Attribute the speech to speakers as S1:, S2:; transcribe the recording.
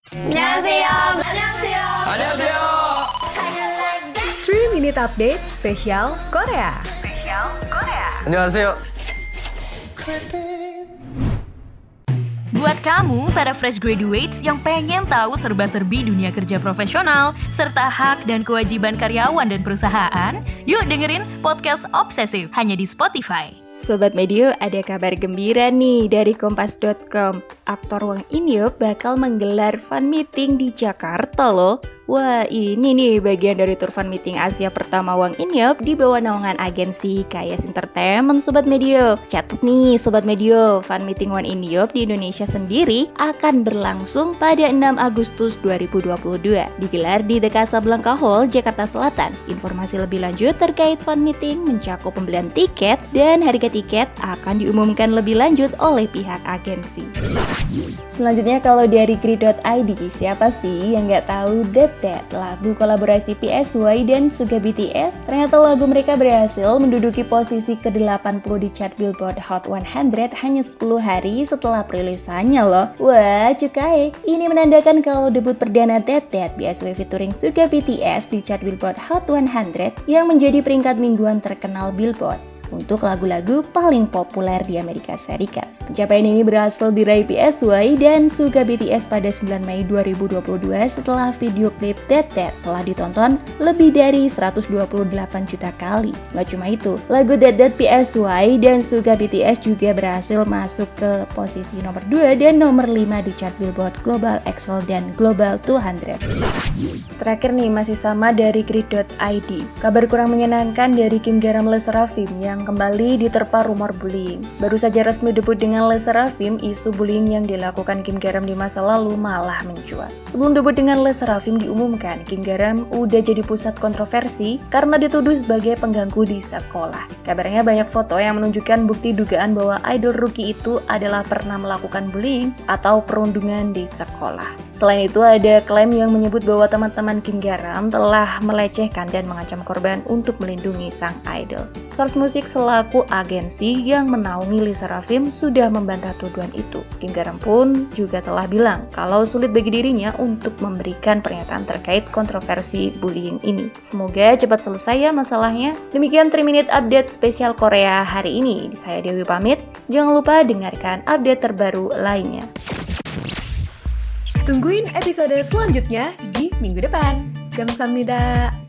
S1: 안녕하세요. 안녕하세요.
S2: 안녕하세요.
S3: 3 Minute Update spesial Korea.
S2: 안녕하세요.
S4: Buat kamu, para fresh graduates yang pengen tahu serba-serbi dunia kerja profesional, serta hak dan kewajiban karyawan dan perusahaan, yuk dengerin Podcast Obsesif hanya di Spotify.
S3: Sobat Medio, ada kabar gembira nih dari Kompas.com. Aktor Wang In-yeop bakal menggelar fan meeting di Jakarta loh. Wah, ini nih bagian dari tur fan meeting Asia pertama Wang In-yeop di bawah naungan agensi KS Entertainment, Sobat Medio. Catat nih Sobat Medio, fan meeting Wang In-yeop di Indonesia sendiri akan berlangsung pada 6 Agustus 2022. Digelar di The Casablanca Hall, Jakarta Selatan. Informasi lebih lanjut terkait fan meeting mencakup pembelian tiket dan harga tiket akan diumumkan lebih lanjut oleh pihak agensi. Selanjutnya kalau dari Kri.id, siapa sih yang nggak tahu That, lagu kolaborasi PSY dan Suga BTS? Ternyata lagu mereka berhasil menduduki posisi ke-80 di chart Billboard Hot 100 hanya 10 hari setelah perilisannya loh. Wah, cukai! Ini menandakan kalau debut perdana That PSY featuring Suga BTS di chart Billboard Hot 100 yang menjadi peringkat mingguan terkenal Billboard untuk lagu-lagu paling populer di Amerika Serikat. Pencapaian ini berhasil diraih PSY dan Suga BTS pada 9 Mei 2022 setelah video klip That telah ditonton lebih dari 128 juta kali. Nggak cuma itu, lagu That PSY dan Suga BTS juga berhasil masuk ke posisi nomor 2 dan nomor 5 di chart Billboard Global Excel dan Global 200. Terakhir nih, masih sama dari Kri.id. Kabar kurang menyenangkan dari Kim Garam Le Sserafim yang kembali diterpa rumor bullying. Baru saja resmi debut dengan Le Sserafim, isu bullying yang dilakukan Kim Garam di masa lalu malah mencuat. Sebelum debut dengan Le Sserafim diumumkan, Kim Garam udah jadi pusat kontroversi karena dituduh sebagai pengganggu di sekolah. Kabarnya banyak foto yang menunjukkan bukti dugaan bahwa idol rookie itu adalah pernah melakukan bullying atau perundungan di sekolah. Selain itu, ada klaim yang menyebut bahwa teman-teman Kim Garam telah melecehkan dan mengancam korban untuk melindungi sang idol. Source Music selaku agensi yang menaungi Le Sserafim sudah membantah tuduhan itu. Kim Garam pun juga telah bilang kalau sulit bagi dirinya untuk memberikan pernyataan terkait kontroversi bullying ini. Semoga cepat selesai ya masalahnya. Demikian 3 Minute Update spesial Korea hari ini. Saya Dewi pamit. Jangan lupa dengarkan update terbaru lainnya.
S1: Tungguin episode selanjutnya di minggu depan. 감사합니다.